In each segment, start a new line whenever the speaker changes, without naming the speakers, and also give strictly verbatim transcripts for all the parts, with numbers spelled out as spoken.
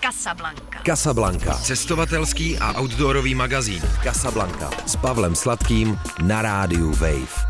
Casablanca.
Casablanca.
Cestovatelský a outdoorový magazín.
Casablanca. S Pavlem Sladkým na rádiu Wave.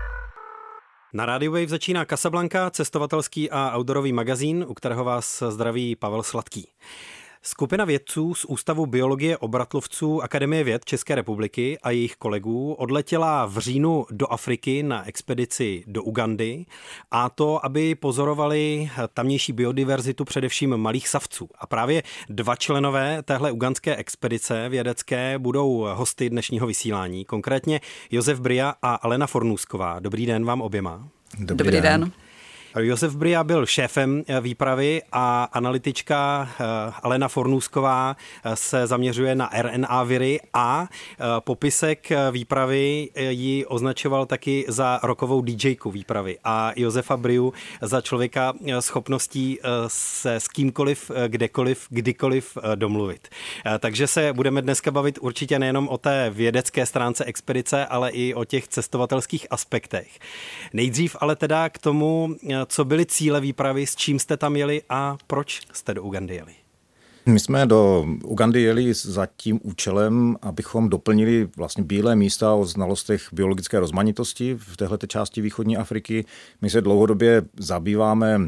Na rádiu Wave začíná Casablanca, cestovatelský a outdoorový magazín, u kterého vás zdraví Pavel Sladký. Skupina vědců z Ústavu biologie obratlovců Akademie věd České republiky a jejich kolegů odletěla v říjnu do Afriky na expedici do Ugandy, a to, aby pozorovali tamnější biodiverzitu především malých savců. A právě dva členové téhle ugandské expedice vědecké budou hosty dnešního vysílání, konkrétně Josef Bria a Alena Fornůsková. Dobrý den vám oběma.
Dobrý, Dobrý den. den.
Josef Bria byl šéfem výpravy a analytička Alena Fornůsková se zaměřuje na R N A viry a popisek výpravy ji označoval taky za rockovou DJku výpravy a Josefa Briu za člověka schopností se s kýmkoliv, kdekoliv, kdykoliv domluvit. Takže se budeme dneska bavit určitě nejenom o té vědecké stránce expedice, ale i o těch cestovatelských aspektech. Nejdřív ale teda k tomu, co byly cíle výpravy, s čím jste tam jeli a proč jste do Ugandy jeli?
My jsme do Ugandy jeli za tím účelem, abychom doplnili vlastně bílé místa o znalostech biologické rozmanitosti v téhleté části východní Afriky. My se dlouhodobě zabýváme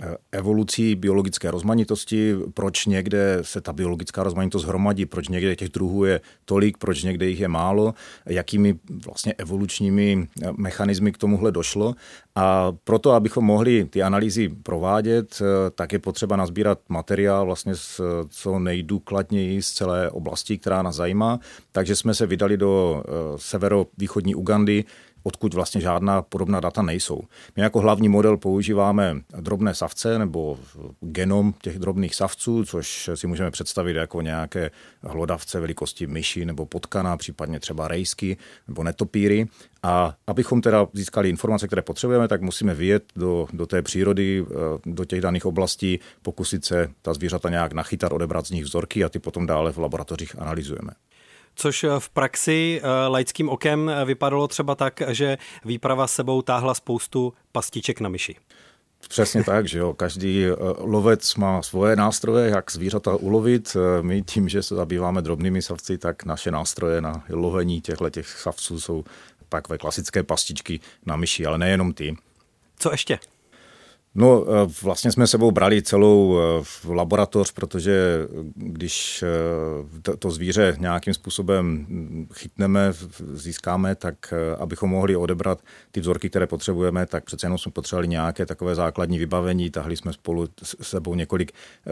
evolucí biologické rozmanitosti, proč někde se ta biologická rozmanitost hromadí, proč někde těch druhů je tolik, proč někde jich je málo, jakými vlastně evolučními mechanismy k tomuhle došlo. A proto, abychom mohli ty analýzy provádět, tak je potřeba nazbírat materiál vlastně z co nejdůkladněji z celé oblasti, která nás zajímá. Takže jsme se vydali do severovýchodní Ugandy, odkud vlastně žádná podobná data nejsou. My jako hlavní model používáme drobné savce nebo genom těch drobných savců, což si můžeme představit jako nějaké hlodavce velikosti myši nebo potkana, případně třeba rejsky nebo netopíry. A abychom teda získali informace, které potřebujeme, tak musíme vyjet do, do té přírody, do těch daných oblastí, pokusit se ta zvířata nějak nachytat, odebrat z nich vzorky a ty potom dále v laboratořích analyzujeme.
Což v praxi laickým okem vypadalo třeba tak, že výprava s sebou táhla spoustu pastiček na myši.
Přesně tak, že jo. Každý lovec má svoje nástroje, jak zvířata ulovit. My tím, že se zabýváme drobnými savci, tak naše nástroje na lovení těchto těch savců jsou takové klasické pastičky na myši, ale nejenom ty.
Co ještě?
No, vlastně jsme sebou brali celou laboratoř, protože když to zvíře nějakým způsobem chytneme, získáme, tak abychom mohli odebrat ty vzorky, které potřebujeme, tak přece jenom jsme potřebovali nějaké takové základní vybavení. Tahli jsme spolu s sebou několik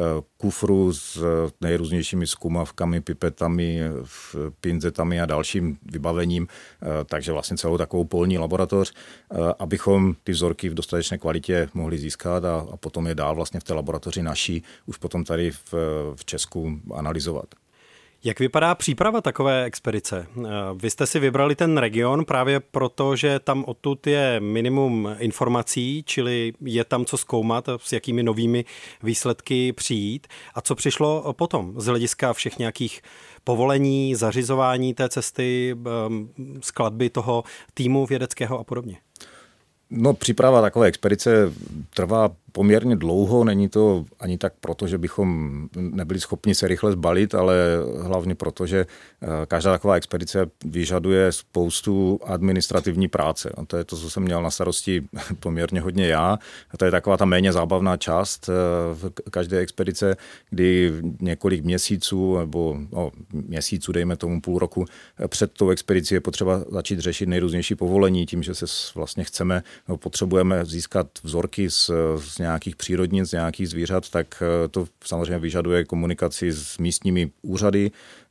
kufrů s nejrůznějšími zkumavkami, pipetami, pinzetami a dalším vybavením, takže vlastně celou takovou polní laboratoř, abychom ty vzorky v dostatečné kvalitě mohli získat. A, a potom je dál vlastně v té laboratoři naší, už potom tady v, v Česku analyzovat.
Jak vypadá příprava takové expedice? Vy jste si vybrali ten region právě proto, že tam odtud je minimum informací, čili je tam co zkoumat, s jakými novými výsledky přijít. A co přišlo potom z hlediska všech nějakých povolení, zařizování té cesty, skladby toho týmu vědeckého a podobně?
No, příprava takové expedice trvá poměrně dlouho, není to ani tak proto, že bychom nebyli schopni se rychle zbalit, ale hlavně proto, že každá taková expedice vyžaduje spoustu administrativní práce. A to je to, co jsem měl na starosti poměrně hodně já. A to je taková ta méně zábavná část každé expedice, kdy několik měsíců, nebo no, měsíců, dejme tomu půl roku, před tou expedicí je potřeba začít řešit nejrůznější povolení, tím, že se vlastně chceme, no, potřebujeme získat vzorky z, z nějakých přírodnic, z nějakých zvířat, tak to samozřejmě vyžaduje komunikaci s místními úřady.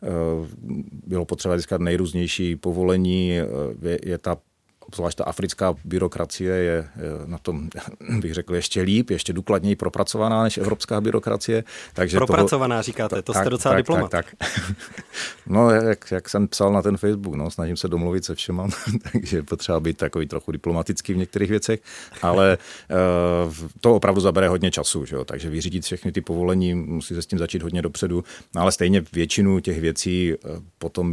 Bylo potřeba získat nejrůznější povolení, je, je ta zvlášť ta africká byrokracie je na tom, bych řekl, ještě líp, ještě důkladněji propracovaná než evropská byrokracie. Takže
propracovaná
toho,
říkáte, to
tak,
jste docela
tak,
diplomat.
Tak, tak. No, jak, jak jsem psal na ten Facebook, no, snažím se domluvit se všema, takže je potřeba být takový trochu diplomatický v některých věcech, ale uh, to opravdu zabere hodně času, že jo? Takže vyřídit všechny ty povolení, musí se s tím začít hodně dopředu, no, ale stejně většinu těch věcí uh, potom je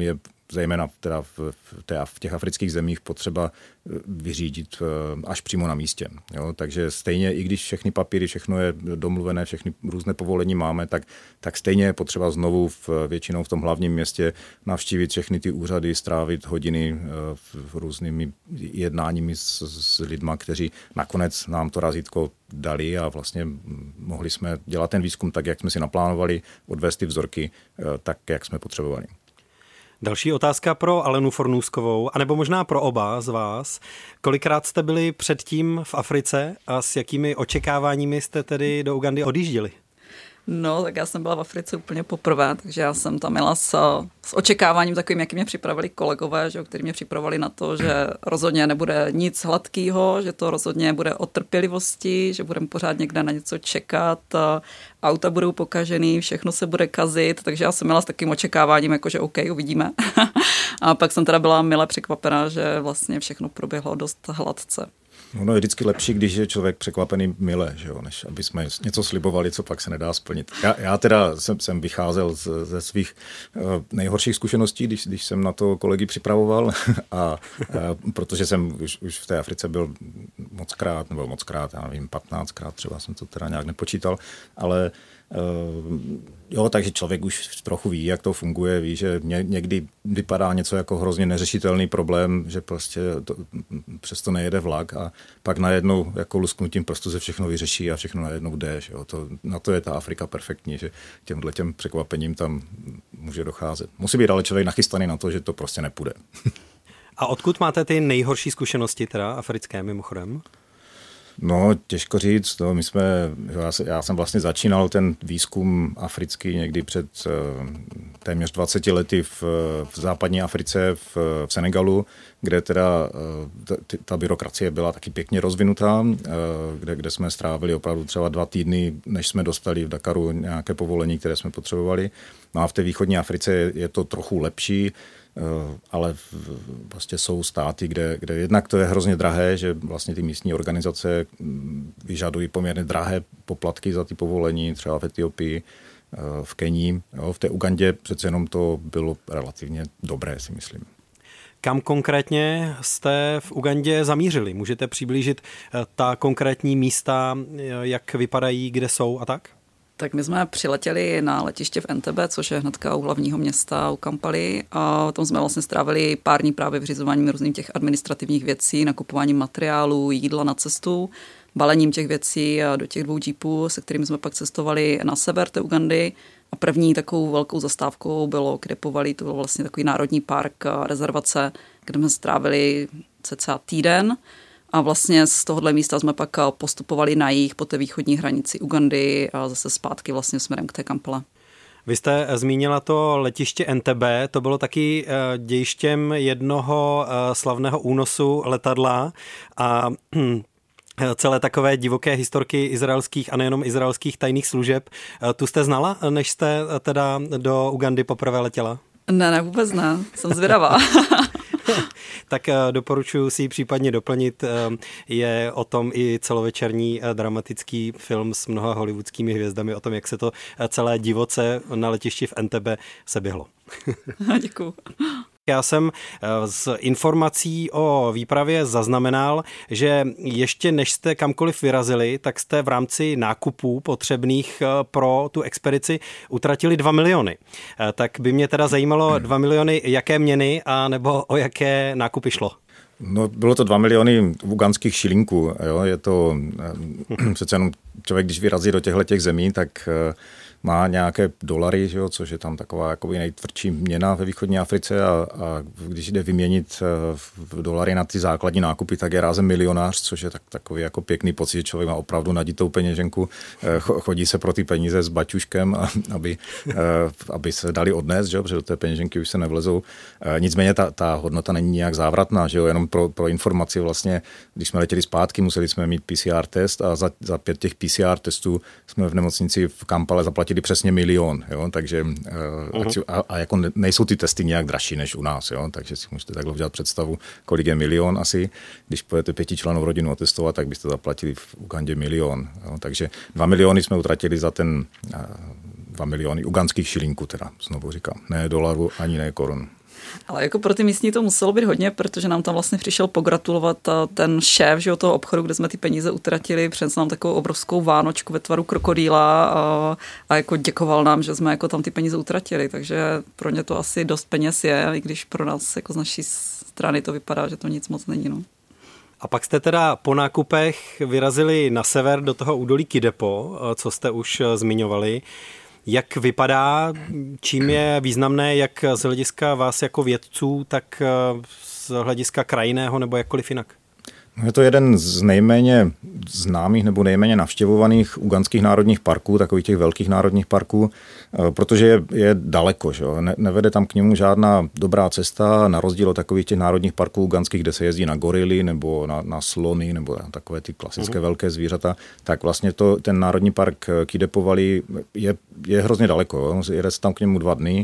zejména teda v, v těch afrických zemích potřeba vyřídit až přímo na místě. Jo? Takže stejně, i když všechny papíry, všechno je domluvené, všechny různé povolení máme, tak, tak stejně je potřeba znovu v, většinou v tom hlavním městě navštívit všechny ty úřady, strávit hodiny v různými jednáními s, s lidma, kteří nakonec nám to razítko dali a vlastně mohli jsme dělat ten výzkum tak, jak jsme si naplánovali, odvést ty vzorky tak, jak jsme potřebovali.
Další otázka pro Alenu Fornůskovou, anebo možná pro oba z vás. Kolikrát jste byli předtím v Africe a s jakými očekáváními jste tedy do Ugandy odjížděli?
No, tak já jsem byla v Africe úplně poprvé, takže já jsem tam jela s, s očekáváním takovým, jaký mě připravili kolegové, že, kteří mě připravili na to, že rozhodně nebude nic hladkýho, že to rozhodně bude o trpělivosti, že budeme pořád někde na něco čekat, auta budou pokažený, všechno se bude kazit, takže já jsem jela s takým očekáváním, jako že OK, uvidíme. A pak jsem teda byla mile překvapená, že vlastně všechno proběhlo dost hladce.
Ono je vždycky lepší, když je člověk překvapený mile, že jo, než aby jsme něco slibovali, co pak se nedá splnit. Já, já teda jsem, jsem vycházel z, ze svých uh, nejhorších zkušeností, když, když jsem na to kolegy připravoval, a, uh, protože jsem už, už v té Africe byl mockrát, nebo mockrát, já nevím, patnáctkrát třeba jsem to teda nějak nepočítal, ale Uh, jo, takže člověk už trochu ví, jak to funguje, ví, že ně, někdy vypadá něco jako hrozně neřešitelný problém, že prostě to, přesto nejede vlak a pak najednou jako lusknutím prostě se všechno vyřeší a všechno najednou jde. Že jo. To, na to je ta Afrika perfektní, že těmhle těm překvapením tam může docházet. Musí být ale člověk nachystaný na to, že to prostě nepůjde.
A odkud máte ty nejhorší zkušenosti teda africké mimochodem?
No, těžko říct. No, my jsme, já, se, já jsem vlastně začínal ten výzkum africký někdy před uh, téměř dvaceti lety v, v západní Africe, v, v Senegalu, kde teda uh, t, ta byrokracie byla taky pěkně rozvinutá, uh, kde, kde jsme strávili opravdu třeba dva týdny, než jsme dostali v Dakaru nějaké povolení, které jsme potřebovali. No a v té východní Africe je, je to trochu lepší, ale vlastně jsou státy, kde, kde jednak to je hrozně drahé, že vlastně ty místní organizace vyžadují poměrně drahé poplatky za ty povolení, třeba v Etiopii, v Kenii. Jo, v té Ugandě přece jenom to bylo relativně dobré, si myslím.
Kam konkrétně jste v Ugandě zamířili? Můžete přiblížit ta konkrétní místa, jak vypadají, kde jsou a tak?
Tak my jsme přiletěli na letiště v Entebbe, což je hnedka u hlavního města, u Kampaly, a tam jsme vlastně strávili pár dní právě vyřizováním různých těch administrativních věcí, nakupováním materiálu, jídla na cestu, balením těch věcí do těch dvou jeepů, se kterými jsme pak cestovali na sever té Ugandy. A první takovou velkou zastávkou bylo Kdepovali, to byl vlastně takový národní park, rezervace, kde jsme strávili cca týden. A vlastně z tohohle místa jsme pak postupovali na jih po té východní hranici Ugandy a zase zpátky vlastně směrem k té Kampale.
Vy jste zmínila to letiště Entebbe, to bylo taky dějištěm jednoho slavného únosu letadla a celé takové divoké historky izraelských a nejenom izraelských tajných služeb. Tu jste znala, než jste teda do Ugandy poprvé letěla?
Ne, ne, vůbec ne. Jsem zvědavá.
Tak doporučuji si ji případně doplnit. Je o tom i celovečerní dramatický film s mnoha hollywoodskými hvězdami o tom, jak se to celé divoce na letišti v Entebbe seběhlo.
Děkuju.
Já jsem z informací o výpravě zaznamenal, že ještě než jste kamkoliv vyrazili, tak jste v rámci nákupů potřebných pro tu expedici utratili dva miliony. Tak by mě teda zajímalo dva miliony, jaké měny a nebo o jaké nákupy šlo?
No, bylo to dva miliony ugandských šilinků. Jo? Je to přece jenom člověk, když vyrazí do těchto těch zemí, tak má nějaké dolary, že jo, což je tam taková jakoby nejtvrdší měna ve východní Africe a, a když jde vyměnit v dolary na ty základní nákupy, tak je rázem milionář, což je tak, takový jako pěkný pocit, že člověk má opravdu naditou peněženku, chodí se pro ty peníze s baťuškem, aby, aby se dali odnést, že jo, protože do té peněženky už se nevlezou. Nicméně ta, ta hodnota není nijak závratná, že jo, jenom pro, pro informaci vlastně, když jsme letěli zpátky, museli jsme mít P C R test a za, za pět těch P C R testů jsme v nemocnici v Kampale zaplatili přesně milion, jo, takže uh-huh. a, a jako nejsou ty testy nějak dražší než u nás, jo, takže si můžete takhle udělat představu, kolik je milion asi. Když půjdete pětičlennou rodinu otestovat, tak byste zaplatili v Ugandě milion, jo, takže dva miliony jsme utratili za ten uh, dva miliony ugandských šilinků, teda znovu říkám, ne dolarů ani ne korun.
Ale jako pro ty místní to muselo být hodně, protože nám tam vlastně přišel pogratulovat ten šéf, že, toho obchodu, kde jsme ty peníze utratili, přinesl nám takovou obrovskou vánočku ve tvaru krokodýla a, a jako děkoval nám, že jsme jako tam ty peníze utratili, takže pro ně to asi dost peněz je, i když pro nás jako z naší strany to vypadá, že to nic moc není. No.
A pak jste teda po nákupech vyrazili na sever do toho údolí Kidepo, co jste už zmiňovali. Jak vypadá, čím je významné, jak z hlediska vás jako vědců, tak z hlediska krajinného nebo jakkoliv jinak?
Je to jeden z nejméně známých nebo nejméně navštěvovaných ugandských národních parků, takových těch velkých národních parků, protože je, je daleko. Že? Ne, nevede tam k němu žádná dobrá cesta, na rozdíl od takových těch národních parků ugandských, kde se jezdí na gorily nebo na, na slony nebo na takové ty klasické mm. velké zvířata, tak vlastně to, ten národní park Kidepo Valley je, je hrozně daleko. Jede se tam k němu dva dny,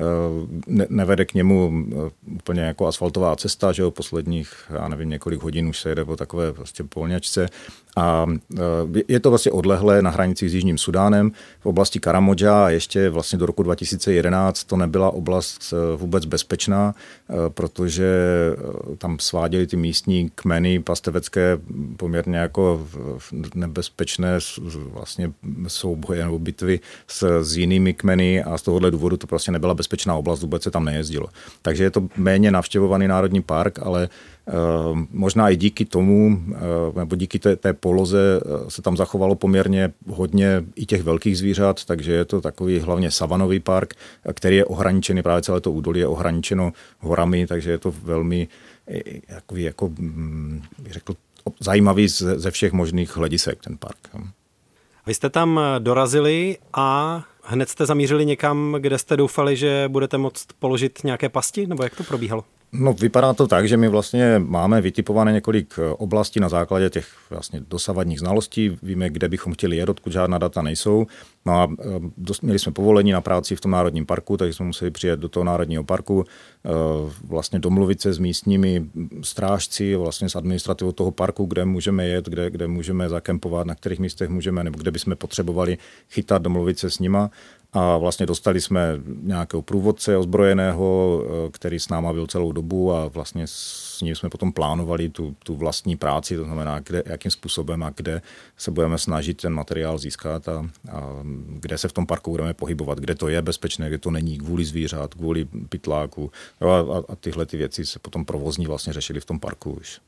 Ne, nevede k němu úplně jako asfaltová cesta, že jo, posledních, já nevím, několik hodin už se jede po takové prostě polňačce a je to vlastně odlehlé na hranicích s Jižním Sudánem v oblasti Karamodža a ještě vlastně do roku dva tisíce jedenáct to nebyla oblast vůbec bezpečná, protože tam sváděli ty místní kmeny pastevecké poměrně jako nebezpečné vlastně souboje nebo bitvy s, s jinými kmeny a z tohohle důvodu to prostě nebyla bezpečná oblast, vůbec se tam nejezdilo. Takže je to méně navštěvovaný národní park, ale uh, možná i díky tomu, uh, nebo díky té, té poloze uh, se tam zachovalo poměrně hodně i těch velkých zvířat, takže je to takový hlavně savanový park, který je ohraničený, právě celé to údolí je ohraničeno horami, takže je to velmi takový, jako, bych řekl, zajímavý ze, ze všech možných hledisek ten park.
Vy jste tam dorazili a hned jste zamířili někam, kde jste doufali, že budete moct položit nějaké pasti, nebo jak to probíhalo?
No, vypadá to tak, že my vlastně máme vytipované několik oblastí na základě těch vlastně dosavadních znalostí. Víme, kde bychom chtěli jet, odkud žádná data nejsou. No a měli jsme povolení na práci v tom národním parku, takže jsme museli přijet do toho národního parku, vlastně domluvit se s místními strážci, vlastně s administrativou toho parku, kde můžeme jet, kde, kde můžeme zakempovat, na kterých místech můžeme, nebo kde bychom potřebovali chytat, domluvit se s nima. A vlastně dostali jsme nějakého průvodce ozbrojeného, který s náma byl celou dobu a vlastně s ním jsme potom plánovali tu, tu vlastní práci, to znamená, kde, jakým způsobem a kde se budeme snažit ten materiál získat a, a kde se v tom parku budeme pohybovat, kde to je bezpečné, kde to není kvůli zvířat, kvůli pytláku. Jo, a, a tyhle ty věci se potom provozní vlastně řešili v tom parku už.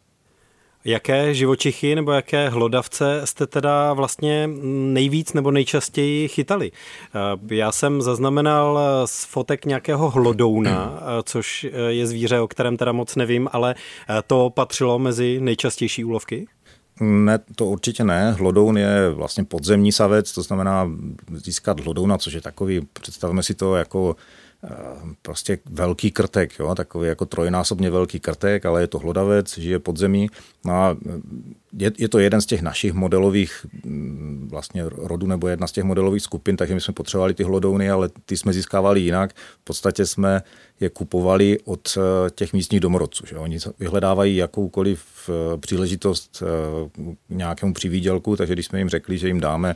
Jaké živočichy nebo jaké hlodavce jste teda vlastně nejvíc nebo nejčastěji chytali? Já jsem zaznamenal z fotek nějakého hlodouna, což je zvíře, o kterém teda moc nevím, ale to patřilo mezi nejčastější úlovky?
Ne, to určitě ne. Hlodoun je vlastně podzemní savec, to znamená získat hlodouna, což je takový, představme si to jako prostě velký krtek, jo? Takový jako trojnásobně velký krtek, ale je to hlodavec, žije pod zemí. No a je, je to jeden z těch našich modelových vlastně rodů nebo jedna z těch modelových skupin, takže my jsme potřebovali ty hlodouny, ale ty jsme získávali jinak. V podstatě jsme je kupovali od těch místních domorodců. Že? Oni vyhledávají jakoukoliv příležitost k nějakému přivýdělku, takže když jsme jim řekli, že jim dáme,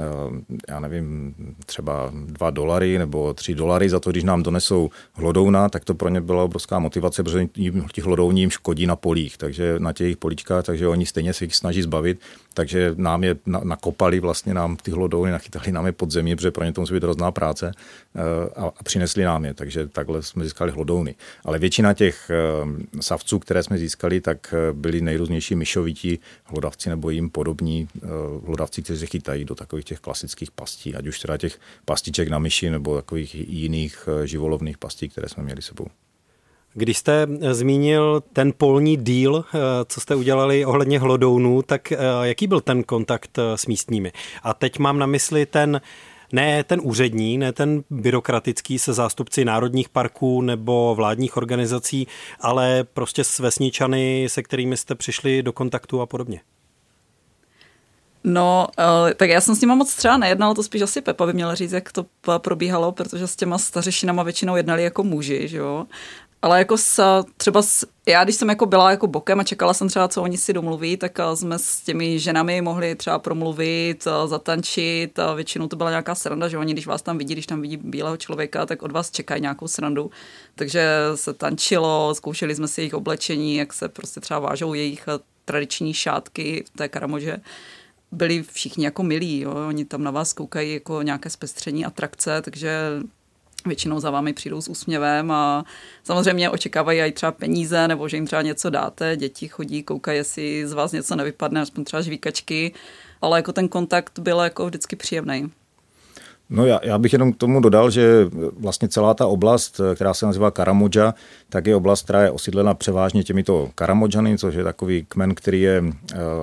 já nevím, třeba dva dolary nebo tři dolary za to, když nám donesou hlodouna, tak to pro ně byla obrovská motivace, protože ti hlodouní jim škodí na polích, takže na těch políčkách, takže oni stejně se jich snaží zbavit, takže nám je nakopali, vlastně nám ty hlodouny nachytali nám je pod zemí, protože pro ně to musí být hrozná práce a, a přinesli nám je, takže takhle jsme získali hlodouny. Ale většina těch savců, které jsme získali, tak byli nejrůznější myšovití hlodavci nebo jim podobní hlodavci, kteří se chytají do takových těch klasických pastí, ať už teda těch pastiček na myši nebo takových jiných živolovných pastí, které jsme měli sebou.
Když jste zmínil ten polní díl, co jste udělali ohledně hlodounů, tak jaký byl ten kontakt s místními? A teď mám na mysli ten, ne ten úřední, ne ten byrokratický se zástupci národních parků nebo vládních organizací, ale prostě s vesničany, se kterými jste přišli do kontaktu a podobně.
No, tak já jsem s nima moc třeba nejednala, to spíš asi Pepa by měla říct, jak to probíhalo, protože s těma stařešinama většinou jednali jako muži, že jo. Ale jako s, třeba s, já, když jsem jako byla jako bokem a čekala jsem třeba, co oni si domluví, tak jsme s těmi ženami mohli třeba promluvit, zatančit a většinou to byla nějaká sranda, že oni, když vás tam vidí, když tam vidí bílého člověka, tak od vás čekají nějakou srandu. Takže se tančilo, zkoušeli jsme si jejich oblečení, jak se prostě třeba vážou jejich tradiční šátky v té Karamodži. Byli všichni jako milí, jo? Oni tam na vás koukají jako nějaké zpestření, atrakce, takže většinou za vámi přijdou s úsměvem a samozřejmě očekávají i třeba peníze nebo že jim třeba něco dáte. Děti chodí, koukají, jestli z vás něco nevypadne, aspoň třeba žvíkačky, ale jako ten kontakt byl jako vždycky příjemný.
No já, já bych jenom k tomu dodal, že vlastně celá ta oblast, která se nazývá Karamodža, tak je oblast, která je osídlena převážně těmito Karamodžany, což je takový kmen, který je uh,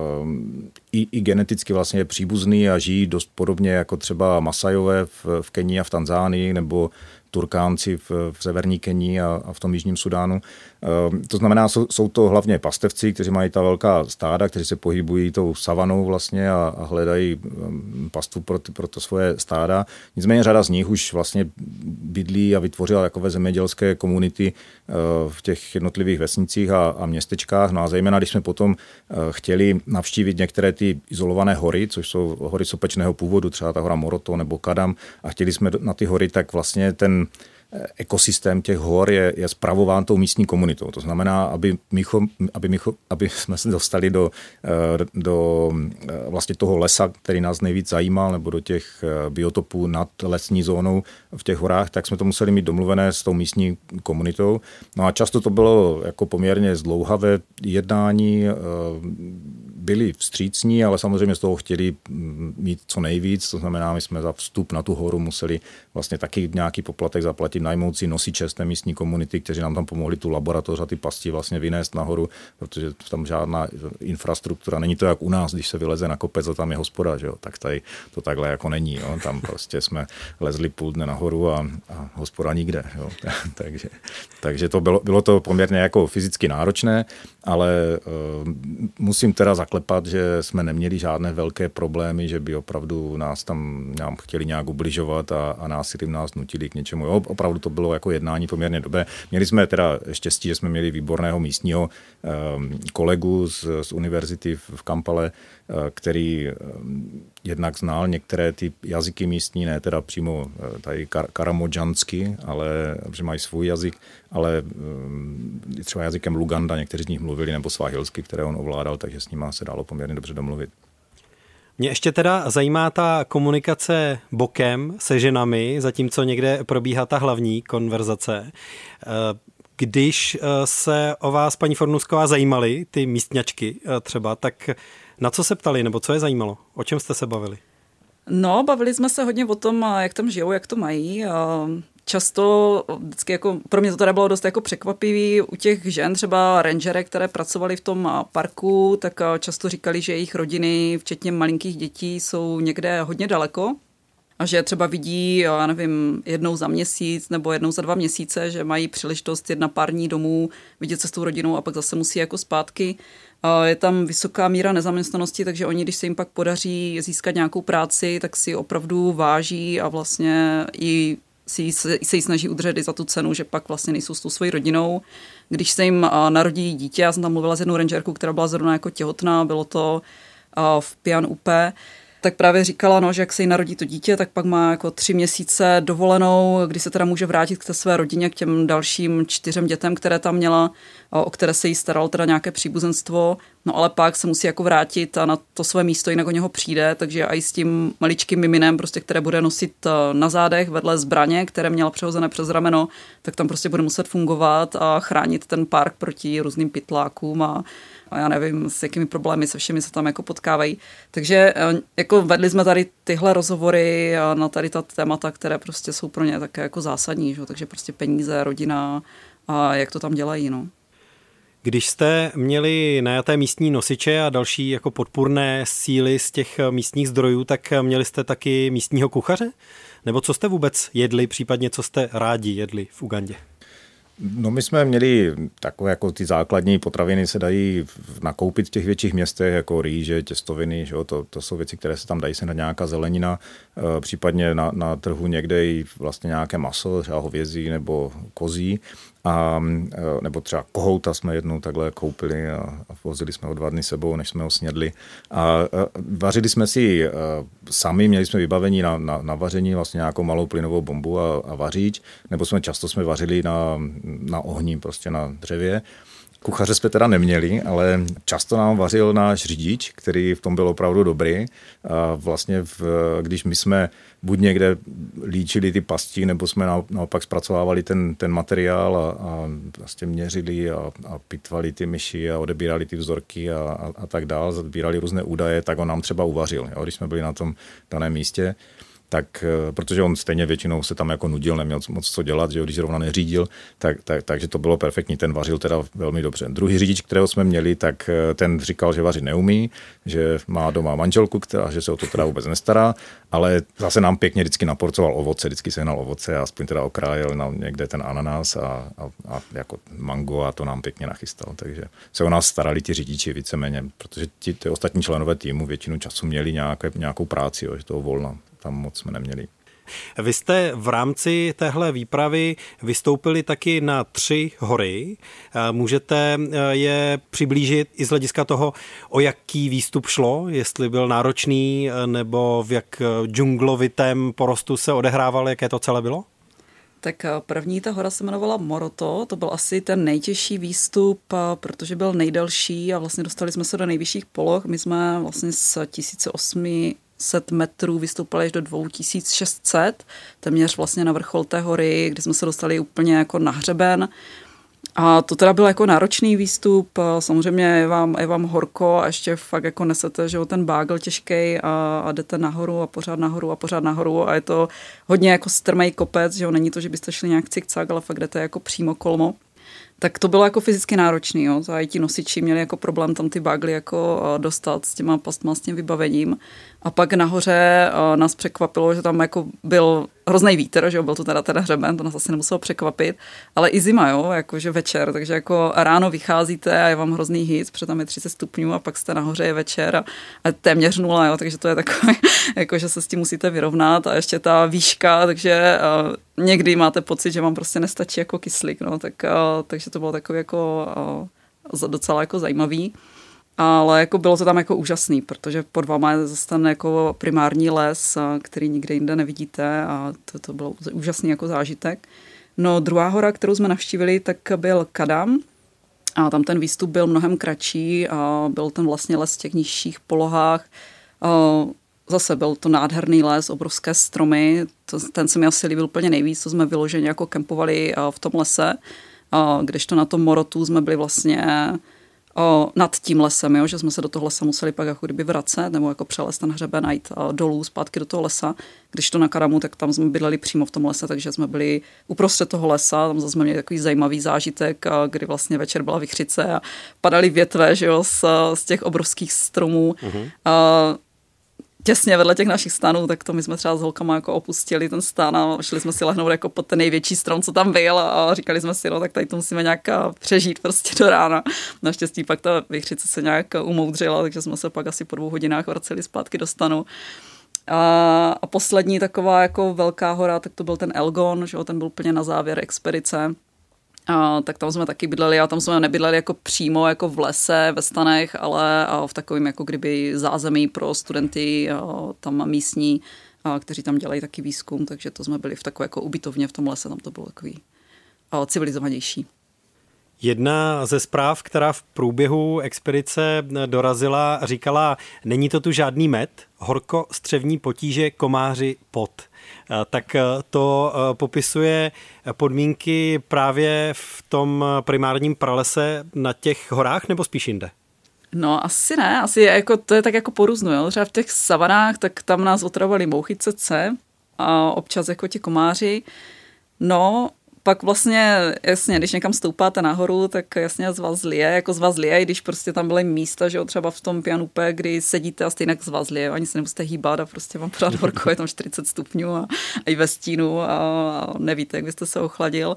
i, i geneticky vlastně je příbuzný a žijí dost podobně jako třeba Masajové v, v Kenii a v Tanzánii nebo Turkánci v, v severní Kenii a, a v tom jižním Sudánu. Uh, to znamená, jsou, jsou to hlavně pastevci, kteří mají ta velká stáda, kteří se pohybují tou savanou vlastně a, a hledají um, pastvu pro, pro to svoje stáda. Nicméně řada z nich už vlastně bydlí a vytvořila takové zemědělské komunity uh, v těch jednotlivých vesnicích a, a městečkách. No a zejména, když jsme potom uh, chtěli navštívit některé ty izolované hory, což jsou hory sopečného původu, třeba ta hora Moroto nebo Kadam, a chtěli jsme na ty hory, tak vlastně ten ekosystém těch hor je, je spravován tou místní komunitou. To znamená, aby, mycho, aby, mycho, aby jsme se dostali do, do vlastně toho lesa, který nás nejvíc zajímal, nebo do těch biotopů nad lesní zónou v těch horách, tak jsme to museli mít domluvené s tou místní komunitou. No a často to bylo jako poměrně zdlouhavé jednání, byli vstřícní, ale samozřejmě z toho chtěli mít co nejvíc. To znamená, my jsme za vstup na tu horu museli vlastně taky nějaký poplatek zaplatit, najmout si nosiče z té místní komunity, kteří nám tam pomohli tu laboratoř a ty pasti vlastně vynést nahoru, protože tam žádná infrastruktura. Není to jak u nás, když se vyleze na kopec a tam je hospoda, že jo? Tak tady to takhle jako není. Jo? Tam prostě jsme lezli půl dne nahoru a, a hospoda nikde. Jo? takže, takže to bylo, bylo to poměrně jako fyzicky náročné, ale uh, musím teda zaklepat, že jsme neměli žádné velké problémy, že by opravdu nás tam nám chtěli nějak ubližovat a, a násilím nás nutili k něčemu. Jo, opravdu to bylo jako jednání poměrně dobré. Měli jsme teda štěstí, že jsme měli výborného místního um, kolegu z, z univerzity v, v Kampale, uh, který um, jednak znal některé ty jazyky místní, ne teda přímo uh, tady kar, karamodžansky, ale že mají svůj jazyk, ale um, třeba jazykem Luganda někteří z nich mluvili, nebo svahilsky, které on ovládal, takže s nima se dalo poměrně dobře domluvit.
Mě ještě teda zajímá ta komunikace bokem se ženami, zatímco někde probíhá ta hlavní konverzace. Když se o vás, paní Fornůzková, zajímaly ty místňačky třeba, tak na co se ptali, nebo co je zajímalo? O čem jste se bavili?
No, bavili jsme se hodně o tom, jak tam žijou, jak to mají. Často, vždycky jako, pro mě to teda bylo dost jako překvapivý, u těch žen, třeba rangerek, které pracovali v tom parku, tak často říkali, že jejich rodiny, včetně malinkých dětí, jsou někde hodně daleko a že třeba vidí, já nevím, jednou za měsíc nebo jednou za dva měsíce, že mají příležitost jet na pár dní domů, vidět se s tou rodinou a pak zase musí jako zpátky. Je tam vysoká míra nezaměstnanosti, takže oni, když se jim pak podaří získat nějakou práci, tak si opravdu váží a vlastně i si se, se jí snaží udržet i za tu cenu, že pak vlastně nejsou s tou svojí rodinou. Když se jim narodí dítě, já jsem tam mluvila s jednou rangerkou, která byla zrovna jako těhotná, bylo to v Pian Upé, tak právě říkala, no, že jak se jí narodí to dítě, tak pak má jako tři měsíce dovolenou, kdy se teda může vrátit k té své rodině, k těm dalším čtyřem dětem, které tam měla, o které se jí staralo teda nějaké příbuzenstvo, no ale pak se musí jako vrátit a na to své místo, jinak o něho přijde, takže i s tím maličkým miminem, prostě, které bude nosit na zádech vedle zbraně, které měla přehozené přes rameno, tak tam prostě bude muset fungovat a chránit ten park proti různým pytlákům a a já nevím, s jakými problémy se všemi se tam jako potkávají. Takže jako vedli jsme tady tyhle rozhovory na tady ta témata, které prostě jsou pro ně také jako zásadní, že? Takže prostě peníze, rodina a jak to tam dělají, no.
Když jste měli najaté místní nosiče a další jako podpůrné síly z těch místních zdrojů, tak měli jste taky místního kuchaře? Nebo co jste vůbec jedli, případně co jste rádi jedli v Ugandě?
No my jsme měli takové jako ty základní potraviny se dají nakoupit v těch větších městech, jako rýže, těstoviny, že jo? To, to jsou věci, které se tam dají se na nějaká zelenina, případně na, na trhu někde i vlastně nějaké maso, třeba hovězí nebo kozí. A, nebo třeba kohouta jsme jednou takhle koupili a, a vozili jsme ho dva dny sebou, než jsme ho snědli. A, a vařili jsme si a, sami, měli jsme vybavení na, na, na vaření, vlastně nějakou malou plynovou bombu a, a vaříč, nebo jsme často jsme vařili na, na ohni, prostě na dřevě. Kuchaře jsme teda neměli, ale často nám vařil náš řidič, který v tom byl opravdu dobrý. A vlastně, v, když my jsme buď někde líčili ty pasti, nebo jsme naopak zpracovávali ten, ten materiál a, a vlastně měřili a, a pitvali ty myši a odebírali ty vzorky a, a, a tak dál, zabírali různé údaje, tak on nám třeba uvařil, jo, když jsme byli na tom daném místě. Tak, protože on stejně většinou se tam jako nudil, neměl moc co dělat, že jo, když zrovna neřídil, tak, tak, takže to bylo perfektní, ten vařil teda velmi dobře. Druhý řidič, kterého jsme měli, tak ten říkal, že vařit neumí, že má doma manželku, která, že se o to teda vůbec nestará, ale zase nám pěkně vždycky naporcoval ovoce, vždycky sehnal ovoce a aspoň teda okrájel nám někde ten ananas a, a, a jako mango a to nám pěkně nachystal, takže se o nás starali ti řidiči víceméně, protože ti, ty ostatní členové týmu většinu času měli nějaké, nějakou práci, jo, že toho volna tam moc jsme neměli.
Vy jste v rámci téhle výpravy vystoupili taky na tři hory. Můžete je přiblížit i z hlediska toho, o jaký výstup šlo, jestli byl náročný, nebo v jak džunglovitém porostu se odehrával, jaké to celé bylo?
Tak první ta hora se jmenovala Moroto, to byl asi ten nejtěžší výstup, protože byl nejdelší a vlastně dostali jsme se do nejvyšších poloh. My jsme vlastně z tisíc osm set metrů vystoupali až do dva tisíce šest set, téměř vlastně na vrchol té hory, kdy jsme se dostali úplně jako na hřeben. A to teda byl jako náročný výstup, samozřejmě je vám, je vám horko a ještě fakt jako nesete, že jo, ten bágl těžkej a, a jdete nahoru a pořád nahoru a pořád nahoru a je to hodně jako strmej kopec, že jo, není to, že byste šli nějak cikcak, ale fakt jdete jako přímo kolmo. Tak to bylo jako fyzicky náročný, jo. A i ti nosiči měli jako problém tam ty bágly jako dostat s těma pastma, s tím vybavením. A pak nahoře nás překvapilo, že tam jako byl hrozný vítr, že jo, byl to teda teda hřeben, to nás asi nemuselo překvapit, ale i zima, jo, jakože večer, takže jako ráno vycházíte a je vám hrozný hit, protože tam je třicet stupňů a pak jste nahoře, je večer a, a téměř nula, jo, takže to je takové, jakože se s tím musíte vyrovnat a ještě ta výška, takže uh, někdy máte pocit, že vám prostě nestačí jako kyslík, no, tak, uh, takže to bylo takové jako uh, docela jako zajímavý. Ale jako bylo to tam jako úžasný, protože pod váma je zase ten jako primární les, který nikde jinde nevidíte a to, to bylo úžasný jako zážitek. No druhá hora, kterou jsme navštívili, tak byl Kadam a tam ten výstup byl mnohem kratší a byl ten vlastně les v těch nižších polohách. Zase byl to nádherný les, obrovské stromy, to, ten se mi asi líbil úplně nejvíc, to jsme vyloženě jako kempovali v tom lese, kdežto na tom Morotu jsme byli vlastně O, nad tím lesem, jo, že jsme se do toho lesa museli pak jako kdyby vracet, nebo jako přelez ten hřeben a jít dolů zpátky do toho lesa. Když to na Kadamu, tak tam jsme bydleli přímo v tom lese, takže jsme byli uprostřed toho lesa, tam zase jsme měli takový zajímavý zážitek, kdy vlastně večer byla vichřice a padaly větve, že jo, z, z těch obrovských stromů. Uh-huh. A těsně vedle těch našich stanů, tak to my jsme třeba s holkama jako opustili ten stan a šli jsme si lehnout jako pod ten největší strom, co tam byl a říkali jsme si, no tak tady to musíme nějak přežít prostě do rána. Naštěstí pak ta vichřice se nějak umoudřila, takže jsme se pak asi po dvou hodinách vraceli zpátky do stanu. A, a poslední taková jako velká hora, tak to byl ten Elgon, že jo, ten byl úplně na závěr expedice. A, tak tam jsme taky bydleli a tam jsme nebydleli jako přímo jako v lese, ve stanech, ale v takovém jako kdyby zázemí pro studenty a, tam místní, a, kteří tam dělají taky výzkum, takže to jsme byli v takové jako ubytovně v tom lese, tam to bylo takový a, civilizovanější.
Jedna ze zpráv, která v průběhu expedice dorazila, říkala, není to tu žádný med, horko, střevní potíže, komáři, pot. Tak to popisuje podmínky právě v tom primárním pralese na těch horách nebo spíš jinde?
No asi ne, asi je jako, to je tak jako porůzno, jo. Třeba v těch savanách, tak tam nás otravovali mouchy C C a občas jako ti komáři. No, pak vlastně, jasně, když někam stoupáte nahoru, tak jasně z vás zlije, jako z vás zlije, když prostě tam byly místa, že jo, třeba v tom Pianupe, kdy sedíte a stejně z vás zlije, ani se nemusíte hýbat a prostě vám pořád horko, je tam čtyřicet stupňů a, a i ve stínu a, a nevíte, jak byste se ochladil.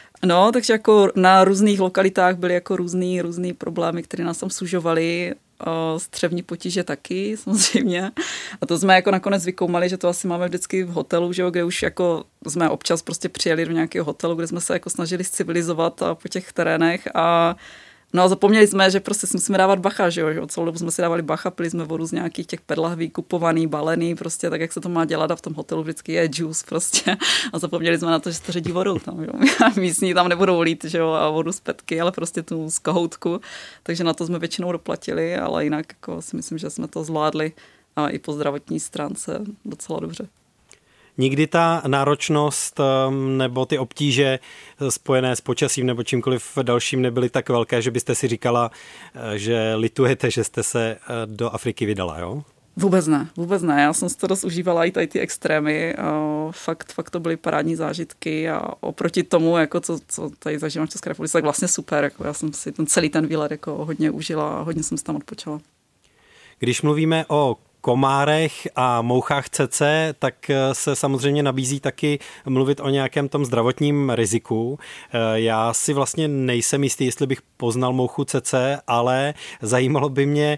No, takže jako na různých lokalitách byly jako různý, různý problémy, které nás tam sužovaly. Střevní potíže taky, samozřejmě. A to jsme jako nakonec vykoumali, že to asi máme vždycky v hotelu, že jo, kde už jako jsme občas prostě přijeli do nějakého hotelu, kde jsme se jako snažili civilizovat po těch terénech a no a zapomněli jsme, že prostě si musíme dávat bacha, že jo, že celou dobu jsme si dávali bacha, pili jsme vodu z nějakých těch perlahví, kupovaný, balený, prostě tak, jak se to má dělat a v tom hotelu vždycky je juice prostě a zapomněli jsme na to, že se to ředí vodou tam, jo. Místní tam nebudou lít, že jo, a vodu z petky, ale prostě tu z kohoutku, takže na to jsme většinou doplatili, ale jinak jako si myslím, že jsme to zvládli a i po zdravotní stránce docela dobře.
Nikdy ta náročnost nebo ty obtíže spojené s počasím nebo čímkoliv dalším nebyly tak velké, že byste si říkala, že litujete, že jste se do Afriky vydala, jo?
Vůbec ne, vůbec ne. Já jsem si to dost užívala i tady ty extrémy. Fakt, fakt to byly parádní zážitky a oproti tomu, jako co, co tady zažívám v České republice, tak vlastně super. Jako já jsem si ten celý ten výlet jako hodně užila a hodně jsem si tam odpočala. Když mluvíme o komárech a mouchách cece, tak se samozřejmě nabízí taky mluvit o nějakém tom zdravotním riziku. Já si vlastně nejsem jistý, jestli bych poznal mouchu cece, ale zajímalo by mě,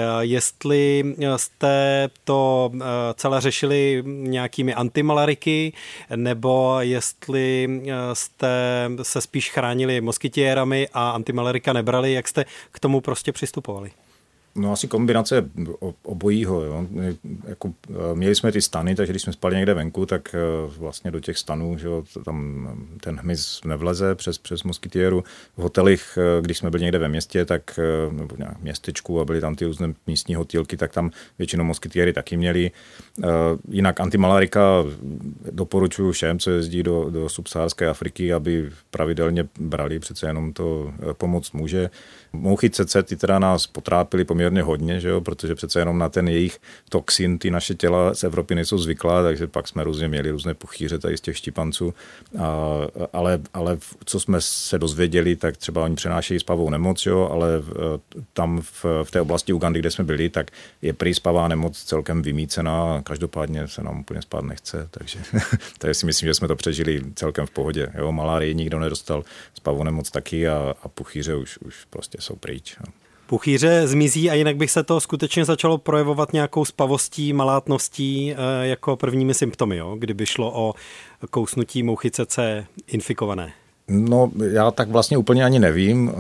jestli jste to celé řešili nějakými antimalariky, nebo jestli jste se spíš chránili moskytiérami a antimalarika nebrali, jak jste k tomu prostě přistupovali?
No asi kombinace obojího. Jo. Jako, měli jsme ty stany, takže když jsme spali někde venku, tak vlastně do těch stanů, že jo, tam ten hmyz nevleze přes, přes moskytiéru. V hotelích, když jsme byli někde ve městě, tak, nebo nějak městečku a byly tam ty různé místní hotýlky, tak tam většinou moskytiéry taky měli. Jinak antimalarika doporučuji všem, co jezdí do, do subsaharské Afriky, aby pravidelně brali, přece jenom to pomoct může. Mouchy cece, ty teda nás potrápily poměrně hodně, že jo, protože přece jenom na ten jejich toxin ty naše těla z Evropy nejsou zvyklá, takže pak jsme různě měli různé puchýře tady z těch štípanců, a, ale, ale co jsme se dozvěděli, tak třeba oni přenášejí spavou nemoc, jo, ale tam v, v té oblasti Ugandy, kde jsme byli, tak je prý spavá nemoc celkem vymýcená a každopádně se nám úplně spát nechce, takže, takže si myslím, že jsme to přežili celkem v pohodě, jo, malárii nikdo nedostal, spavou nemoc taky a, a puchýře už, už prostě jsou pryč. Jo.
Puchýře zmizí a jinak bych se to skutečně začalo projevovat nějakou spavostí, malátností jako prvními symptomy, jo? Kdyby šlo o kousnutí mouchy cece infikované.
No, já tak vlastně úplně ani nevím,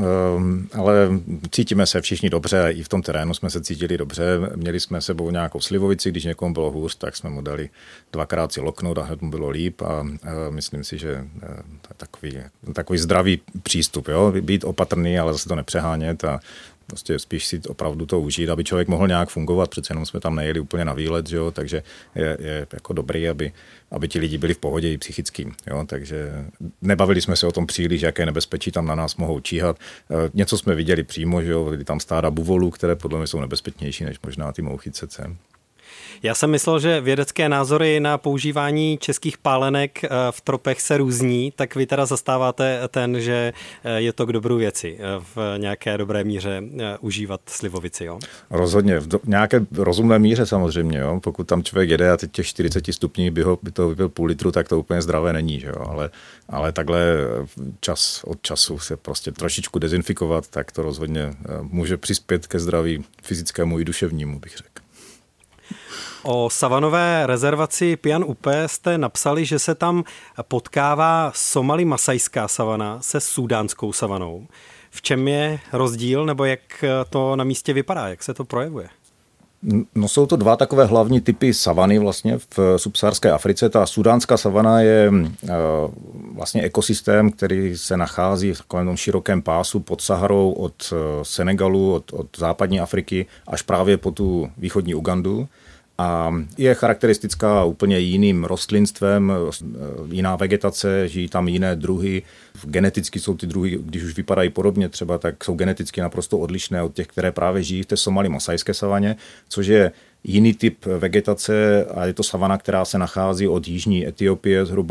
ale cítíme se všichni dobře, i v tom terénu jsme se cítili dobře. Měli jsme sebou nějakou slivovici, když někomu bylo hůř, tak jsme mu dali dvakrát si loknout a hned mu bylo líp a myslím si, že to je takový, takový zdravý přístup, jo? Být opatrný, ale zase to nepřehánět a prostě spíš si opravdu to užít, aby člověk mohl nějak fungovat, přece jenom jsme tam nejeli úplně na výlet, že jo, takže je, je jako dobrý, aby, aby ti lidi byli v pohodě i psychickým, jo, takže nebavili jsme se o tom příliš, jaké nebezpečí tam na nás mohou číhat. Něco jsme viděli přímo, že jo, byly tam stáda buvolů, které podle mě jsou nebezpečnější než možná ty mouchy cece.
Já jsem myslel, že vědecké názory na používání českých pálenek v tropech se různí, tak vy teda zastáváte ten, že je to k dobru věci v nějaké dobré míře užívat slivovici, jo?
Rozhodně, v do, nějaké rozumné míře samozřejmě, jo? Pokud tam člověk jede a teď těch čtyřicet stupňů by, ho, by to vypil půl litru, tak to úplně zdravé není, že jo? Ale, ale takhle čas od času se prostě trošičku dezinfikovat, tak to rozhodně může přispět ke zdraví fyzickému i duševnímu, bych řekl.
O savanové rezervaci Pian Upe jste napsali, že se tam potkává somali masajská savana se súdánskou savanou. V čem je rozdíl, nebo jak to na místě vypadá, jak se to projevuje?
No jsou to dva takové hlavní typy savany vlastně v subsaharské Africe. Ta sudánská savana je vlastně ekosystém, který se nachází v takovém širokém pásu pod Saharou od Senegalu, od, od západní Afriky až právě po tu východní Ugandu. A je charakteristická úplně jiným rostlinstvem, jiná vegetace, žijí tam jiné druhy. Geneticky jsou ty druhy, když už vypadají podobně třeba, tak jsou geneticky naprosto odlišné od těch, které právě žijí v té somali masajské savaně, což je jiný typ vegetace a je to savana, která se nachází od jižní Etiopie zhruba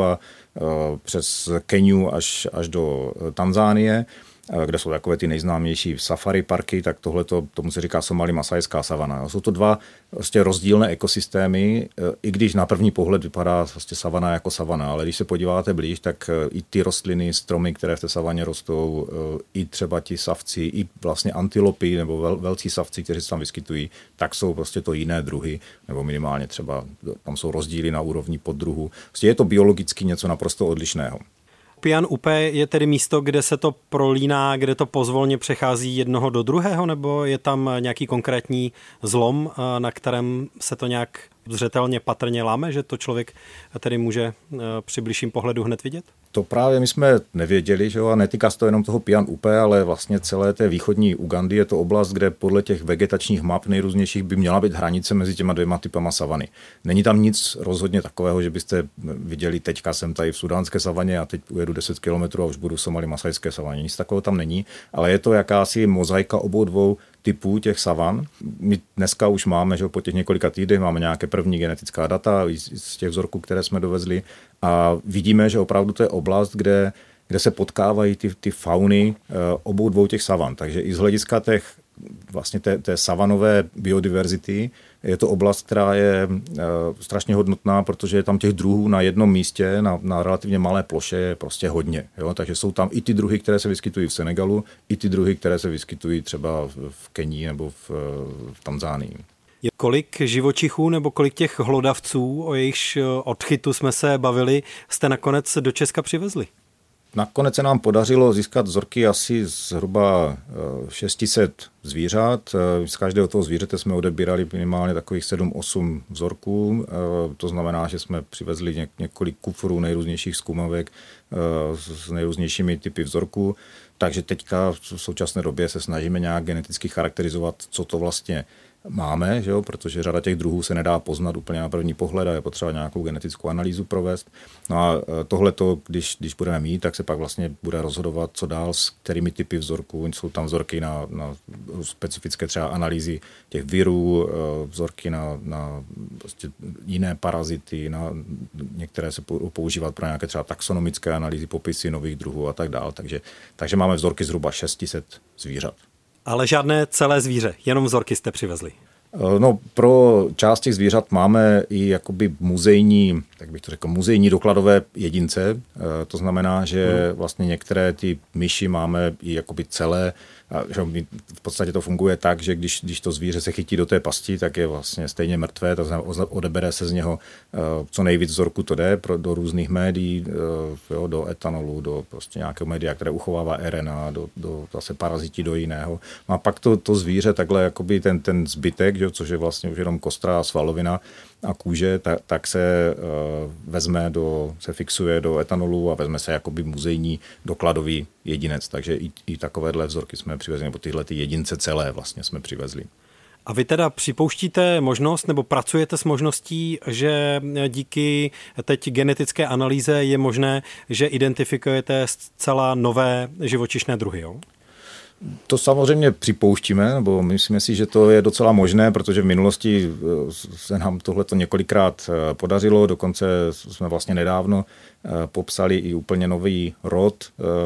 přes Keniu až, až do Tanzánie, kde jsou takové ty nejznámější safari parky, tak tohle tomu se říká Somali masajská savana. Jsou to dva vlastně rozdílné ekosystémy, i když na první pohled vypadá vlastně savana jako savana, ale když se podíváte blíž, tak i ty rostliny, stromy, které v té savaně rostou, i třeba ti savci, i vlastně antilopy nebo vel, velcí savci, kteří se tam vyskytují, tak jsou prostě to jiné druhy, nebo minimálně třeba tam jsou rozdíly na úrovni poddruhu. Vlastně je to biologicky něco naprosto odlišného.
Pian Upé je tedy místo, kde se to prolíná, kde to pozvolně přechází jednoho do druhého, nebo je tam nějaký konkrétní zlom, na kterém se to nějak zřetelně patrně láme, že to člověk tedy může při bližším pohledu hned vidět?
To právě my jsme nevěděli, že jo, a netýká se to jenom toho Pian Upé, ale vlastně celé té východní Ugandy je to oblast, kde podle těch vegetačních map nejrůznějších by měla být hranice mezi těma dvěma typama savany. Není tam nic rozhodně takového, že byste viděli, teďka jsem tady v sudánské savaně a teď ujedu deset kilometrů a už budu v Somali masajské savaně. Nic takového tam není, ale je to jakási mozaika obou dvou typů těch savan. My dneska už máme, že po těch několika týdnech máme nějaké první genetická data z těch vzorků, které jsme dovezli a vidíme, že opravdu to je oblast, kde, kde se potkávají ty, ty fauny obou dvou těch savan. Takže i z hlediska těch, vlastně té, té savanové biodiverzity je to oblast, která je strašně hodnotná, protože je tam těch druhů na jednom místě, na, na relativně malé ploše je prostě hodně. Jo? Takže jsou tam i ty druhy, které se vyskytují v Senegalu, i ty druhy, které se vyskytují třeba v Kenii nebo v, v Tanzánii.
Kolik živočichů nebo kolik těch hlodavců, o jejichž odchytu jsme se bavili, jste nakonec do Česka přivezli?
Nakonec se nám podařilo získat vzorky asi zhruba šest set zvířat. Z každého toho zvířete jsme odebírali minimálně takových sedm osm vzorků. To znamená, že jsme přivezli několik kufrů nejrůznějších zkumavek s nejrůznějšími typy vzorků. Takže teďka v současné době se snažíme nějak geneticky charakterizovat, co to vlastně máme, že jo? Protože řada těch druhů se nedá poznat úplně na první pohled a je potřeba nějakou genetickou analýzu provést. No a tohleto, když, když budeme mít, tak se pak vlastně bude rozhodovat, co dál, s kterými typy vzorků. Jsou tam vzorky na, na specifické třeba analýzy těch virů, vzorky na, na prostě jiné parazity, na, některé se používat pro nějaké třeba taxonomické analýzy, popisy nových druhů a tak dál. Takže, takže máme vzorky zhruba šest set zvířat.
Ale žádné celé zvíře, jenom vzorky jste přivezli.
No, pro část těch zvířat máme i jakoby muzejní, tak bych to řekl, muzejní dokladové jedince. To znamená, že vlastně některé ty myši máme i jakoby celé. Že v podstatě to funguje tak, že když, když to zvíře se chytí do té pasti, tak je vlastně stejně mrtvé, to znamená, odebere se z něho co nejvíc vzorku to jde pro, do různých médií, jo, do etanolu, do prostě nějakého média, které uchovává R N A, do, do zase parazití do jiného. A pak to, to zvíře takhle jakoby ten, ten zbytek, jo, což je vlastně už jenom kostra a svalovina a kůže, tak, tak se uh, vezme do, se fixuje do etanolu a vezme se jakoby muzejní dokladový jedinec. Takže i, i takovéhle vzorky jsme přivezli, nebo tyhle ty jedince celé vlastně jsme přivezli.
A vy teda připouštíte možnost, nebo pracujete s možností, že díky teď genetické analýze je možné, že identifikujete zcela nové živočišné druhy, jo?
To samozřejmě připouštíme, nebo myslíme si, že to je docela možné, protože v minulosti se nám tohleto několikrát podařilo, dokonce jsme vlastně nedávno popsali i úplně nový rod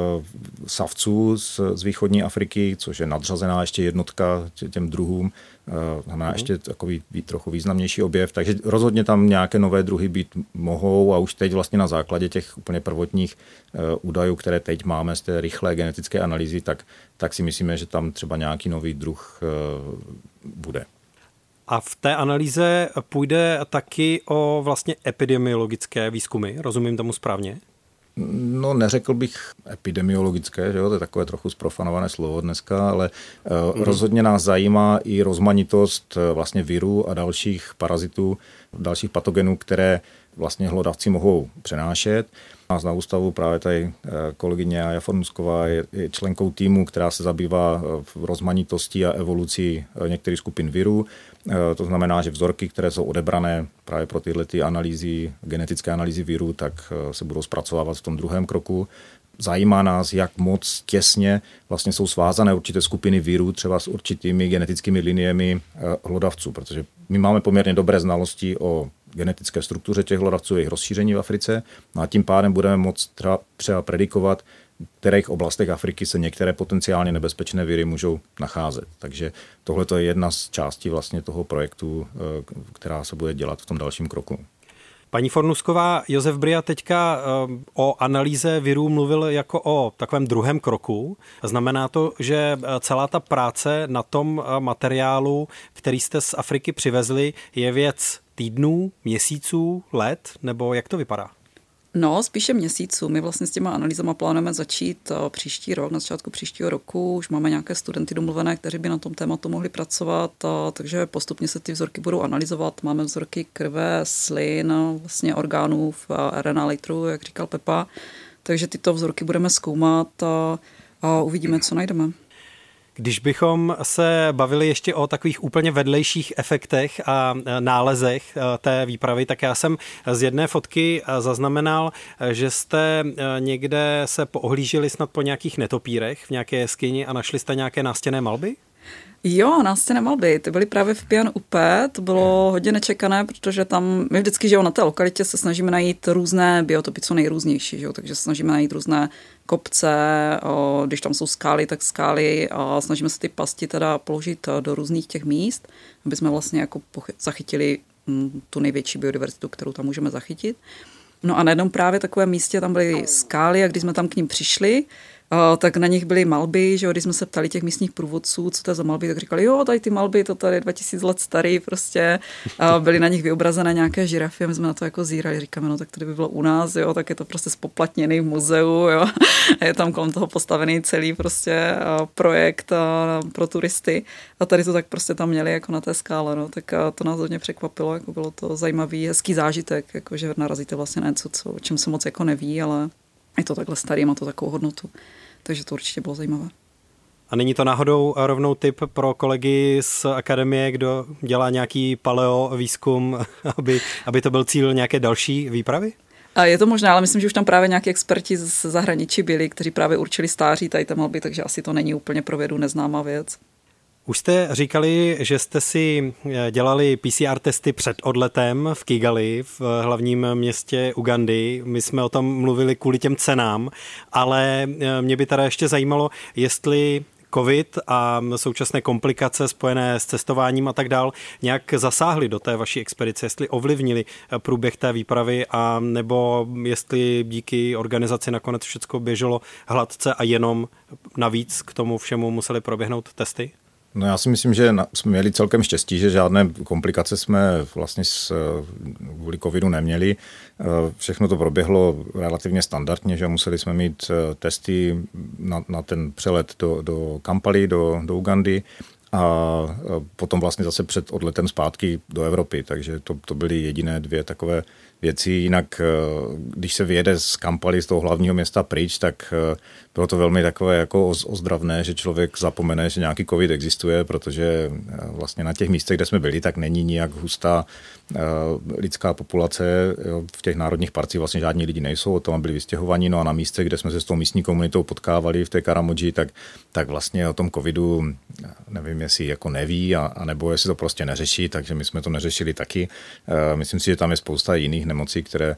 savců z, z východní Afriky, což je nadřazená ještě jednotka těm druhům, znamená mm. ještě takový trochu významnější objev, takže rozhodně tam nějaké nové druhy být mohou a už teď vlastně na základě těch úplně prvotních údajů, které teď máme z té rychlé genetické analýzy, tak, tak si myslíme, že tam třeba nějaký nový druh bude.
A v té analýze půjde taky o vlastně epidemiologické výzkumy, rozumím tomu správně?
No, neřekl bych epidemiologické, že jo, to je takové trochu zprofanované slovo dneska, ale mm. rozhodně nás zajímá i rozmanitost vlastně virů a dalších parazitů, dalších patogenů, které vlastně hlodavci mohou přenášet. Nás na ústavu právě tady kolegyně Aja Fornůsková je členkou týmu, která se zabývá rozmanitostí a evolucí některých skupin virů. To znamená, že vzorky, které jsou odebrané právě pro tyhle ty analýzy, genetické analýzy virů, tak se budou zpracovávat v tom druhém kroku. Zajímá nás, jak moc těsně vlastně jsou svázané určité skupiny virů, třeba s určitými genetickými liniemi hlodavců, protože my máme poměrně dobré znalosti o genetické struktuře těch hlodavců, jejich rozšíření v Africe. No a tím pádem budeme moct třeba, třeba predikovat, v kterých oblastech Afriky se některé potenciálně nebezpečné viry můžou nacházet. Takže tohle je jedna z částí vlastně toho projektu, která se bude dělat v tom dalším kroku.
Paní Fornůsková, Josef Bria teďka o analýze virů mluvil jako o takovém druhém kroku. Znamená to, že celá ta práce na tom materiálu, který jste z Afriky přivezli, je věc týdnů, měsíců, let, nebo jak to vypadá?
No, spíše měsíců. My vlastně s těma analýzama plánujeme začít příští rok, na začátku příštího roku. Už máme nějaké studenty domluvené, kteří by na tom tématu mohli pracovat, takže postupně se ty vzorky budou analyzovat. Máme vzorky krve, slin, vlastně orgánů v R N A litru, jak říkal Pepa. Takže tyto vzorky budeme zkoumat a, a uvidíme, co najdeme.
Když bychom se bavili ještě o takových úplně vedlejších efektech a nálezech té výpravy, tak já jsem z jedné fotky zaznamenal, že jste někde se poohlížili snad po nějakých netopírech v nějaké jeskyni a našli jste nějaké nástěnné malby?
Jo, nástěnné malby, ty byly právě v Pian Upé, to bylo hodně nečekané, protože tam, my vždycky, že jo, na té lokalitě se snažíme najít různé biotopy, co nejrůznější, že jo, takže se snažíme najít různé kopce, o, když tam jsou skály, tak skály a snažíme se ty pasti teda položit do různých těch míst, aby jsme vlastně jako zachytili m, tu největší biodiverzitu, kterou tam můžeme zachytit. No a na jednom právě takovém místě tam byly skály a když jsme tam k ním přišli, Uh, tak na nich byly malby, že jo, když jsme se ptali těch místních průvodců, co to je za malby, tak říkali, jo, tady ty malby, to tady je dva tisíce let starý, prostě uh, byly na nich vyobrazené nějaké žirafy a my jsme na to jako zírali, říkáme, no tak tady by bylo u nás, jo, tak je to prostě spoplatněný v muzeu, jo, a je tam kolem toho postavený celý prostě uh, projekt uh, pro turisty a tady to tak prostě tam měli jako na té skále, no, tak uh, to nás hodně překvapilo, jako bylo to zajímavý, hezký zážitek, jako že narazíte vlastně na něco, co, o čem se moc jako neví, ale je to takhle starý, má to takovou hodnotu. Takže to určitě bylo zajímavé.
A není to náhodou rovnou tip pro kolegy z akademie, kdo dělá nějaký paleo výzkum, aby, aby to byl cíl nějaké další výpravy?
A je to možná, ale myslím, že už tam právě nějaký experti z zahraničí byli, kteří právě určili stáří tady té malby, takže asi to není úplně pro vědu neznámá věc.
Už jste říkali, že jste si dělali P C R testy před odletem v Kigali, v hlavním městě Ugandy. My jsme o tom mluvili kvůli těm cenám, ale mě by teda ještě zajímalo, jestli covid a současné komplikace spojené s cestováním a tak dál nějak zasáhly do té vaší expedice, jestli ovlivnili průběh té výpravy a nebo jestli díky organizaci nakonec všechno běželo hladce a jenom navíc k tomu všemu museli proběhnout testy?
No já si myslím, že jsme měli celkem štěstí, že žádné komplikace jsme vlastně s, kvůli covidu neměli. Všechno to proběhlo relativně standardně, že museli jsme mít testy na, na ten přelet do, do Kampaly, do, do Ugandy a potom vlastně zase před odletem zpátky do Evropy, takže to, to byly jediné dvě takové věci. Jinak, když se vyjede z Kampaly, z toho hlavního města pryč, tak bylo to velmi takové jako ozdravné, že člověk zapomene, že nějaký covid existuje, protože vlastně na těch místech, kde jsme byli, tak není nijak hustá lidská populace. V těch národních parcích vlastně žádní lidi nejsou, tam byli vystěhovaní, no a na místě, kde jsme se s tou místní komunitou potkávali v té Karamodži, tak, tak vlastně o tom covidu nevím, jestli jako neví, a, a nebo jestli to prostě neřeší, takže my jsme to neřešili taky. Myslím si, že tam je spousta jiných nemocí, které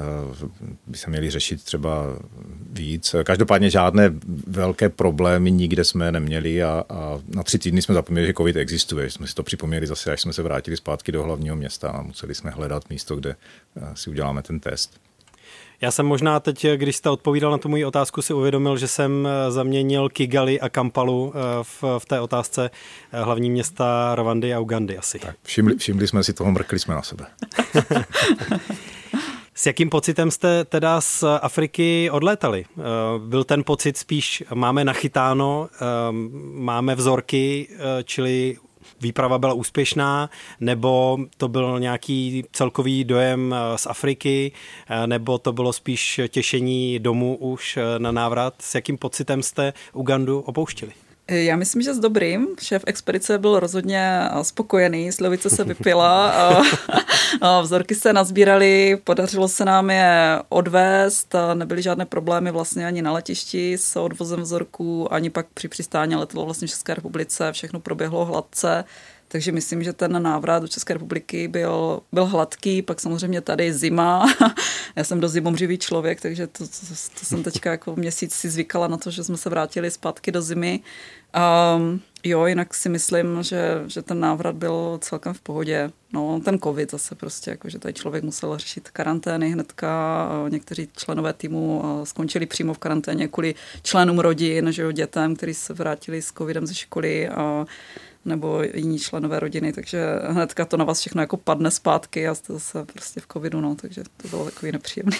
by se měly řešit třeba víc. Každopádně žádné velké problémy nikde jsme neměli a, a na tři týdny jsme zapomněli, že covid existuje. Jsme si to připomněli zase, až jsme se vrátili zpátky do hlavního města a museli jsme hledat místo, kde si uděláme ten test.
Já jsem možná teď, když jste odpovídal na tu moji otázku, si uvědomil, že jsem zaměnil Kigali a Kampalu v, v té otázce hlavní města Rwandy a Ugandy asi.
Tak, všimli, všimli jsme si toho, mrkli jsme na sebe.
S jakým pocitem jste teda z Afriky odlétali? Byl ten pocit spíš máme nachytáno, máme vzorky, čili výprava byla úspěšná, nebo to byl nějaký celkový dojem z Afriky, nebo to bylo spíš těšení domů už na návrat? S jakým pocitem jste Ugandu opouštěli?
Já myslím, že s dobrým. Šéf expedice byl rozhodně spokojený, slivice se vypila, a, a vzorky se nazbírali, podařilo se nám je odvést, nebyly žádné problémy vlastně ani na letišti s odvozem vzorků, ani pak při přistání letadlo vlastně v České republice, všechno proběhlo hladce, Takže myslím, že ten návrat do České republiky byl, byl hladký, pak samozřejmě tady zima. Já jsem dost zimomřivý člověk, takže to, to, to jsem teďka jako měsíc si zvykala na to, že jsme se vrátili zpátky do zimy. Um, jo, jinak si myslím, že, že ten návrat byl celkem v pohodě. No, ten covid zase prostě, jako, že tady člověk musel řešit karantény hnedka. Někteří členové týmu skončili přímo v karanténě kvůli členům rodin, že jo, dětem, kteří se vrátili s covidem ze školy a nebo jiní členové rodiny, takže hnedka to na vás všechno jako padne zpátky a jste zase prostě v covidu, no, takže to bylo takový nepříjemný.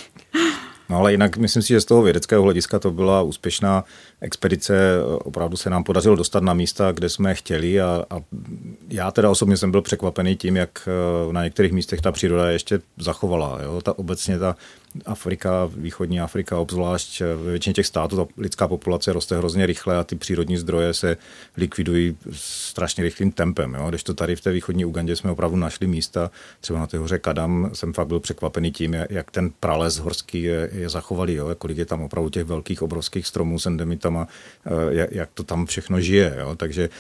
No ale jinak myslím si, že z toho vědeckého hlediska to byla úspěšná expedice. Opravdu se nám podařilo dostat na místa, kde jsme chtěli a, a já teda osobně jsem byl překvapený tím, jak na některých místech ta příroda ještě zachovala. Jo? Ta, obecně ta Afrika, východní Afrika obzvlášť, ve většině těch států ta lidská populace roste hrozně rychle a ty přírodní zdroje se likvidují strašně rychlým tempem. Jo? Když to tady v té východní Ugandě jsme opravdu našli místa, třeba na té hoře Kadam, jsem fakt byl překvapený tím, jak ten prales horský je, je zachovalý, jo? Kolik je tam opravdu těch velkých obrovských stromů s endemitama, jak to tam všechno žije. Jo? Takže,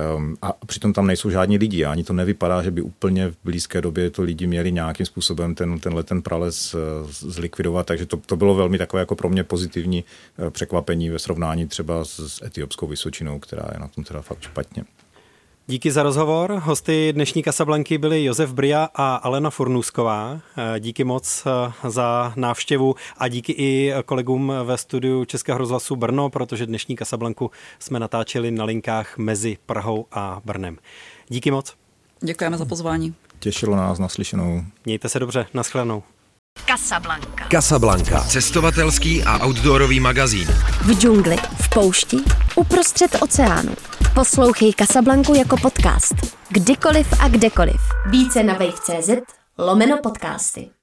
a přitom tam nejsou žádní lidi. Ani to nevypadá, že by úplně v blízké době to lidi měli nějakým způsobem ten, tenhle ten prales zlikvidovat, takže to, to bylo velmi takové jako pro mě pozitivní překvapení ve srovnání třeba s, s etiopskou Vysočinou, která je na tom teda fakt špatně.
Díky za rozhovor. Hosty dnešní Casablanky byli Josef Bria a Alena Fornůzková. Díky moc za návštěvu a díky i kolegům ve studiu Českého rozhlasu Brno, protože dnešní Casablanku jsme natáčeli na linkách mezi Prahou a Brnem. Díky moc.
Děkujeme za pozvání.
Těšilo nás, naslyšenou.
Mějte se dobře, nashledanou.
Casablanca. Casablanca.
Cestovatelský a outdoorový magazín.
V džungli, v poušti, uprostřed oceánu. Poslouchej Casablanku jako podcast. Kdykoliv a kdekoliv. Více na wave tečka cz lomeno podcasty.